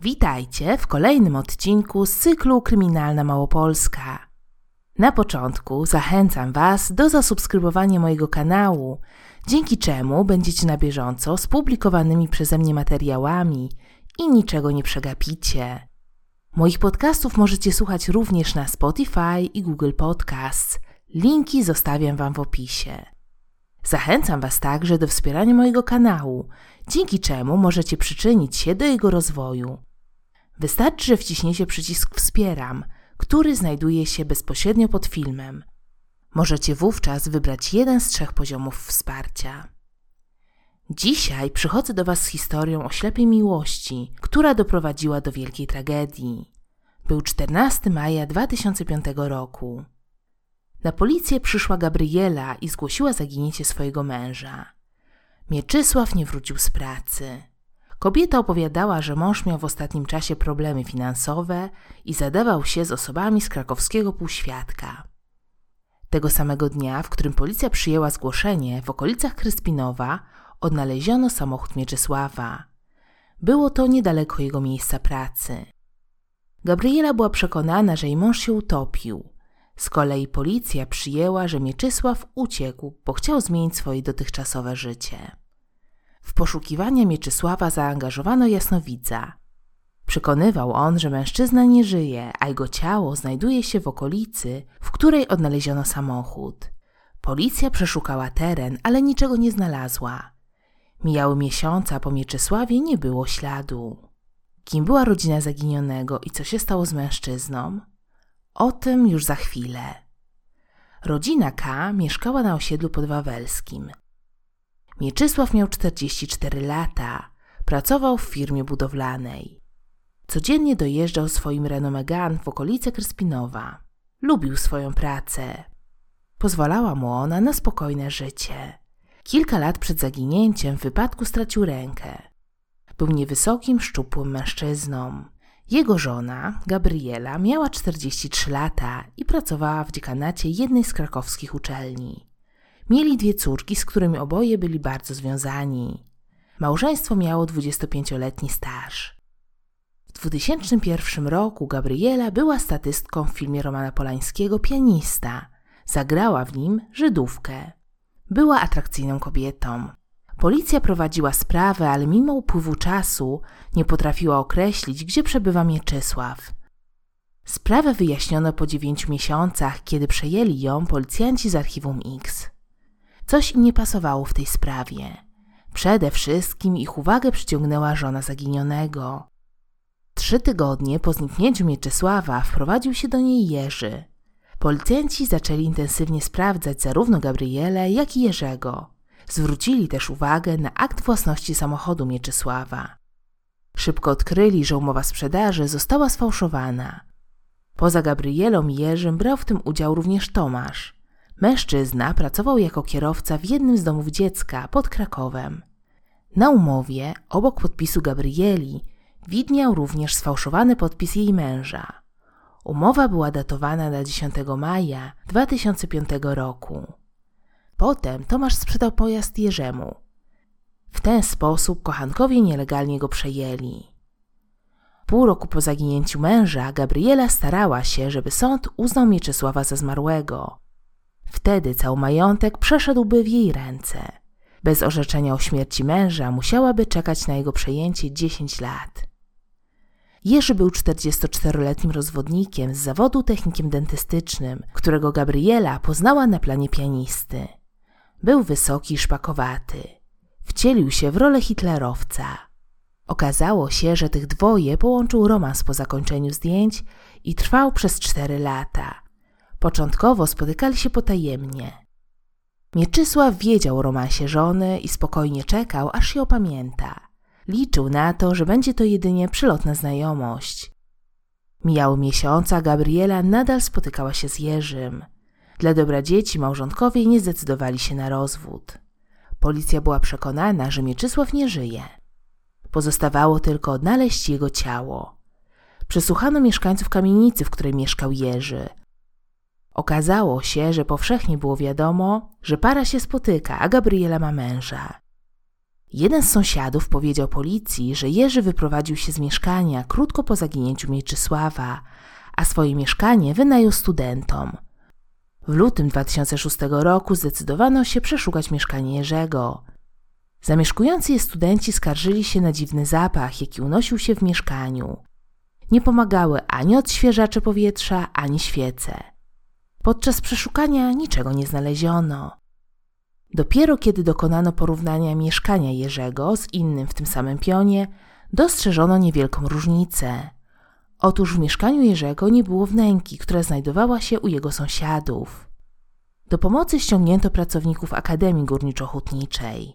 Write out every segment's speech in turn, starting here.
Witajcie w kolejnym odcinku z cyklu Kryminalna Małopolska. Na początku zachęcam Was do zasubskrybowania mojego kanału, dzięki czemu będziecie na bieżąco z publikowanymi przeze mnie materiałami i niczego nie przegapicie. Moich podcastów możecie słuchać również na Spotify i Google Podcasts. Linki zostawiam Wam w opisie. Zachęcam Was także do wspierania mojego kanału, dzięki czemu możecie przyczynić się do jego rozwoju. Wystarczy, że wciśniecie przycisk Wspieram, który znajduje się bezpośrednio pod filmem. Możecie wówczas wybrać jeden z 3 poziomów wsparcia. Dzisiaj przychodzę do Was z historią o ślepej miłości, która doprowadziła do wielkiej tragedii. Był 14 maja 2005 roku. Na policję przyszła Gabriela i zgłosiła zaginięcie swojego męża. Mieczysław nie wrócił z pracy. Kobieta opowiadała, że mąż miał w ostatnim czasie problemy finansowe i zadawał się z osobami z krakowskiego półświadka. Tego samego dnia, w którym policja przyjęła zgłoszenie, w okolicach Kryspinowa odnaleziono samochód Mieczysława. Było to niedaleko jego miejsca pracy. Gabriela była przekonana, że jej mąż się utopił. Z kolei policja przyjęła, że Mieczysław uciekł, bo chciał zmienić swoje dotychczasowe życie. W poszukiwania Mieczysława zaangażowano jasnowidza. Przekonywał on, że mężczyzna nie żyje, a jego ciało znajduje się w okolicy, w której odnaleziono samochód. Policja przeszukała teren, ale niczego nie znalazła. Mijały miesiące, a po Mieczysławie nie było śladu. Kim była rodzina zaginionego i co się stało z mężczyzną? O tym już za chwilę. Rodzina K. mieszkała na osiedlu podwawelskim. Mieczysław miał 44 lata, pracował w firmie budowlanej. Codziennie dojeżdżał swoim Renault Megane w okolice Kryspinowa. Lubił swoją pracę. Pozwalała mu ona na spokojne życie. Kilka lat przed zaginięciem w wypadku stracił rękę. Był niewysokim, szczupłym mężczyzną. Jego żona, Gabriela, miała 43 lata i pracowała w dziekanacie jednej z krakowskich uczelni. Mieli 2 córki, z którymi oboje byli bardzo związani. Małżeństwo miało 25-letni staż. W 2001 roku Gabriela była statystką w filmie Romana Polańskiego Pianista. Zagrała w nim Żydówkę. Była atrakcyjną kobietą. Policja prowadziła sprawę, ale mimo upływu czasu nie potrafiła określić, gdzie przebywa Mieczysław. Sprawę wyjaśniono po 9 miesiącach, kiedy przejęli ją policjanci z Archiwum X. Coś im nie pasowało w tej sprawie. Przede wszystkim ich uwagę przyciągnęła żona zaginionego. 3 tygodnie po zniknięciu Mieczysława wprowadził się do niej Jerzy. Policjanci zaczęli intensywnie sprawdzać zarówno Gabrielę, jak i Jerzego. Zwrócili też uwagę na akt własności samochodu Mieczysława. Szybko odkryli, że umowa sprzedaży została sfałszowana. Poza Gabrielą i Jerzym brał w tym udział również Tomasz. Mężczyzna pracował jako kierowca w jednym z domów dziecka pod Krakowem. Na umowie, obok podpisu Gabrieli, widniał również sfałszowany podpis jej męża. Umowa była datowana na 10 maja 2005 roku. Potem Tomasz sprzedał pojazd Jerzemu. W ten sposób kochankowie nielegalnie go przejęli. Pół roku po zaginięciu męża Gabriela starała się, żeby sąd uznał Mieczysława za zmarłego. Wtedy cały majątek przeszedłby w jej ręce. Bez orzeczenia o śmierci męża musiałaby czekać na jego przejęcie 10 lat. Jerzy był 44-letnim rozwodnikiem z zawodu technikiem dentystycznym, którego Gabriela poznała na planie pianisty. Był wysoki i szpakowaty. Wcielił się w rolę hitlerowca. Okazało się, że tych dwoje połączył romans po zakończeniu zdjęć i trwał przez 4 lata. Początkowo spotykali się potajemnie. Mieczysław wiedział o romansie żony i spokojnie czekał, aż się opamięta. Liczył na to, że będzie to jedynie przelotna znajomość. Mijały miesiące, a Gabriela nadal spotykała się z Jerzym. Dla dobra dzieci małżonkowie nie zdecydowali się na rozwód. Policja była przekonana, że Mieczysław nie żyje. Pozostawało tylko odnaleźć jego ciało. Przesłuchano mieszkańców kamienicy, w której mieszkał Jerzy. Okazało się, że powszechnie było wiadomo, że para się spotyka, a Gabriela ma męża. Jeden z sąsiadów powiedział policji, że Jerzy wyprowadził się z mieszkania krótko po zaginięciu Mieczysława, a swoje mieszkanie wynajął studentom. W lutym 2006 roku zdecydowano się przeszukać mieszkanie Jerzego. Zamieszkujący je studenci skarżyli się na dziwny zapach, jaki unosił się w mieszkaniu. Nie pomagały ani odświeżacze powietrza, ani świece. Podczas przeszukania niczego nie znaleziono. Dopiero kiedy dokonano porównania mieszkania Jerzego z innym w tym samym pionie, dostrzeżono niewielką różnicę. Otóż w mieszkaniu Jerzego nie było wnęki, która znajdowała się u jego sąsiadów. Do pomocy ściągnięto pracowników Akademii Górniczo-Hutniczej.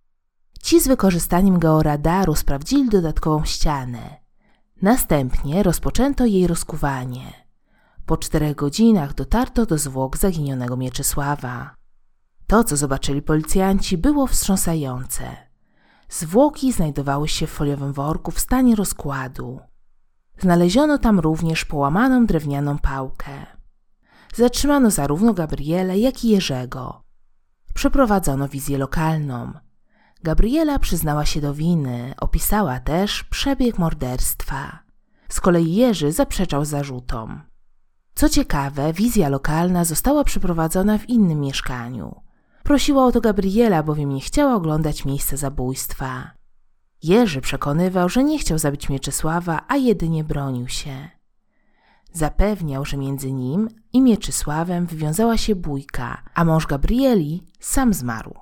Ci z wykorzystaniem georadaru sprawdzili dodatkową ścianę. Następnie rozpoczęto jej rozkuwanie. Po 4 godzinach dotarto do zwłok zaginionego Mieczysława. To, co zobaczyli policjanci, było wstrząsające. Zwłoki znajdowały się w foliowym worku w stanie rozkładu. Znaleziono tam również połamaną drewnianą pałkę. Zatrzymano zarówno Gabrielę, jak i Jerzego. Przeprowadzono wizję lokalną. Gabriela przyznała się do winy, opisała też przebieg morderstwa. Z kolei Jerzy zaprzeczał zarzutom. Co ciekawe, wizja lokalna została przeprowadzona w innym mieszkaniu. Prosiła o to Gabriela, bowiem nie chciała oglądać miejsca zabójstwa. Jerzy przekonywał, że nie chciał zabić Mieczysława, a jedynie bronił się. Zapewniał, że między nim i Mieczysławem wywiązała się bójka, a mąż Gabrieli sam zmarł.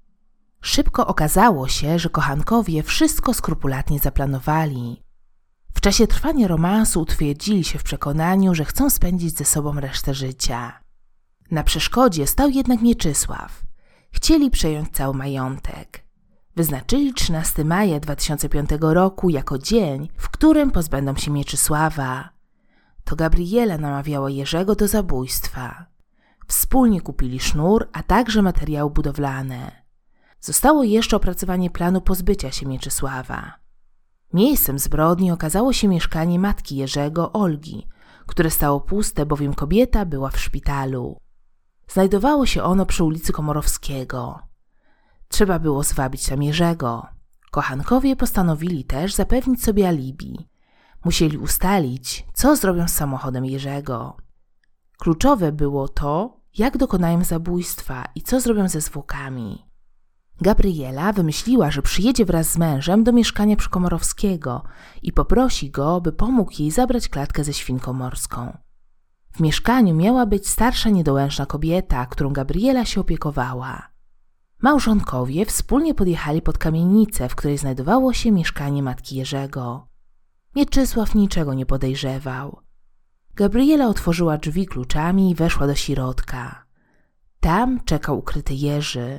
Szybko okazało się, że kochankowie wszystko skrupulatnie zaplanowali. W czasie trwania romansu utwierdzili się w przekonaniu, że chcą spędzić ze sobą resztę życia. Na przeszkodzie stał jednak Mieczysław. Chcieli przejąć cały majątek. Wyznaczyli 13 maja 2005 roku jako dzień, w którym pozbędą się Mieczysława. To Gabriela namawiała Jerzego do zabójstwa. Wspólnie kupili sznur, a także materiały budowlane. Zostało jeszcze opracowanie planu pozbycia się Mieczysława. Miejscem zbrodni okazało się mieszkanie matki Jerzego, Olgi, które stało puste, bowiem kobieta była w szpitalu. Znajdowało się ono przy ulicy Komorowskiego. Trzeba było zwabić tam Jerzego. Kochankowie postanowili też zapewnić sobie alibi. Musieli ustalić, co zrobią z samochodem Jerzego. Kluczowe było to, jak dokonają zabójstwa i co zrobią ze zwłokami. Gabriela wymyśliła, że przyjedzie wraz z mężem do mieszkania przy Komorowskiego i poprosi go, by pomógł jej zabrać klatkę ze świnką morską. W mieszkaniu miała być starsza niedołężna kobieta, którą Gabriela się opiekowała. Małżonkowie wspólnie podjechali pod kamienicę, w której znajdowało się mieszkanie matki Jerzego. Mieczysław niczego nie podejrzewał. Gabriela otworzyła drzwi kluczami i weszła do środka. Tam czekał ukryty Jerzy.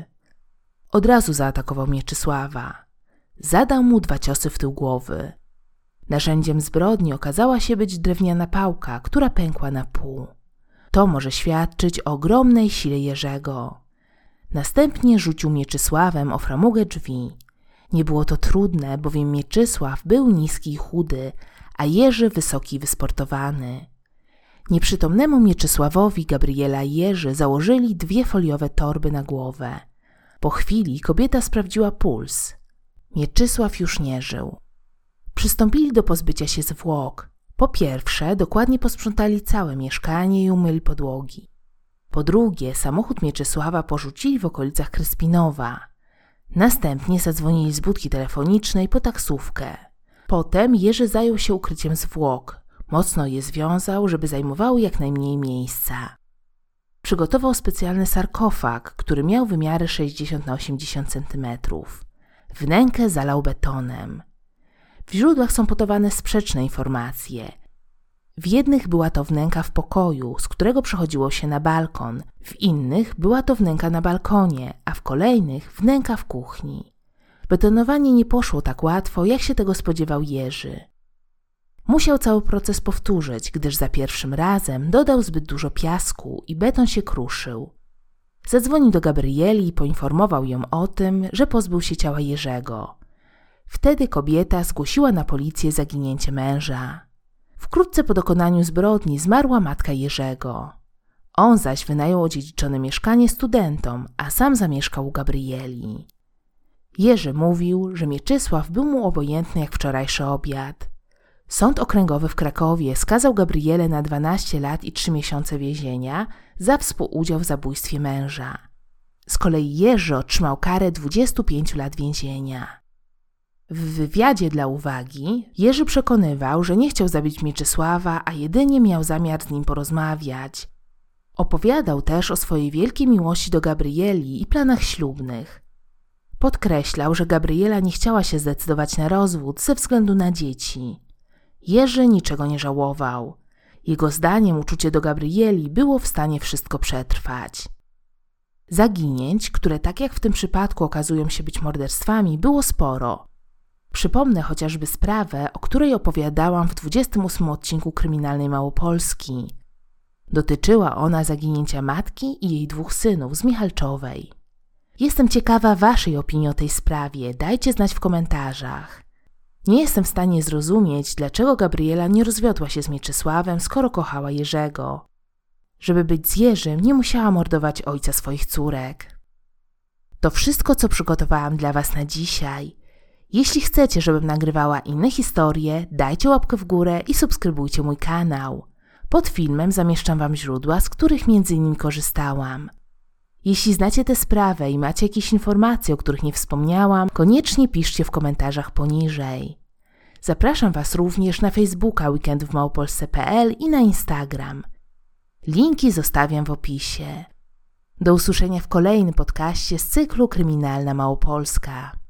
Od razu zaatakował Mieczysława. Zadał mu 2 ciosy w tył głowy. Narzędziem zbrodni okazała się być drewniana pałka, która pękła na pół. To może świadczyć o ogromnej sile Jerzego. Następnie rzucił Mieczysławem o framugę drzwi. Nie było to trudne, bowiem Mieczysław był niski i chudy, a Jerzy wysoki i wysportowany. Nieprzytomnemu Mieczysławowi Gabriela i Jerzy założyli 2 foliowe torby na głowę. Po chwili kobieta sprawdziła puls. Mieczysław już nie żył. Przystąpili do pozbycia się zwłok. Po pierwsze, dokładnie posprzątali całe mieszkanie i umyli podłogi. Po drugie, samochód Mieczysława porzucili w okolicach Kryspinowa. Następnie zadzwonili z budki telefonicznej po taksówkę. Potem Jerzy zajął się ukryciem zwłok. Mocno je związał, żeby zajmowały jak najmniej miejsca. Przygotował specjalny sarkofag, który miał wymiary 60 na 80 cm. Wnękę zalał betonem. W źródłach są podawane sprzeczne informacje. W jednych była to wnęka w pokoju, z którego przechodziło się na balkon, w innych była to wnęka na balkonie, a w kolejnych wnęka w kuchni. Betonowanie nie poszło tak łatwo, jak się tego spodziewał Jerzy. Musiał cały proces powtórzyć, gdyż za pierwszym razem dodał zbyt dużo piasku i beton się kruszył. Zadzwonił do Gabrieli i poinformował ją o tym, że pozbył się ciała Jerzego. Wtedy kobieta zgłosiła na policję zaginięcie męża. Wkrótce po dokonaniu zbrodni zmarła matka Jerzego. On zaś wynajął odziedziczone mieszkanie studentom, a sam zamieszkał u Gabrieli. Jerzy mówił, że Mieczysław był mu obojętny jak wczorajszy obiad. Sąd okręgowy w Krakowie skazał Gabrielę na 12 lat i 3 miesiące więzienia za współudział w zabójstwie męża. Z kolei Jerzy otrzymał karę 25 lat więzienia. W wywiadzie dla Uwagi Jerzy przekonywał, że nie chciał zabić Mieczysława, a jedynie miał zamiar z nim porozmawiać. Opowiadał też o swojej wielkiej miłości do Gabrieli i planach ślubnych. Podkreślał, że Gabriela nie chciała się zdecydować na rozwód ze względu na dzieci. Jerzy niczego nie żałował. Jego zdaniem uczucie do Gabrieli było w stanie wszystko przetrwać. Zaginięć, które tak jak w tym przypadku okazują się być morderstwami, było sporo. Przypomnę chociażby sprawę, o której opowiadałam w 28 odcinku Kryminalnej Małopolski. Dotyczyła ona zaginięcia matki i jej 2 synów z Michalczowej. Jestem ciekawa waszej opinii o tej sprawie, dajcie znać w komentarzach. Nie jestem w stanie zrozumieć, dlaczego Gabriela nie rozwiodła się z Mieczysławem, skoro kochała Jerzego. Żeby być z Jerzym, nie musiała mordować ojca swoich córek. To wszystko, co przygotowałam dla was na dzisiaj. Jeśli chcecie, żebym nagrywała inne historie, dajcie łapkę w górę i subskrybujcie mój kanał. Pod filmem zamieszczam wam źródła, z których m.in. korzystałam. Jeśli znacie tę sprawę i macie jakieś informacje, o których nie wspomniałam, koniecznie piszcie w komentarzach poniżej. Zapraszam was również na Facebooka weekendwmałopolsce.pl i na Instagram. Linki zostawiam w opisie. Do usłyszenia w kolejnym podcaście z cyklu Kryminalna Małopolska.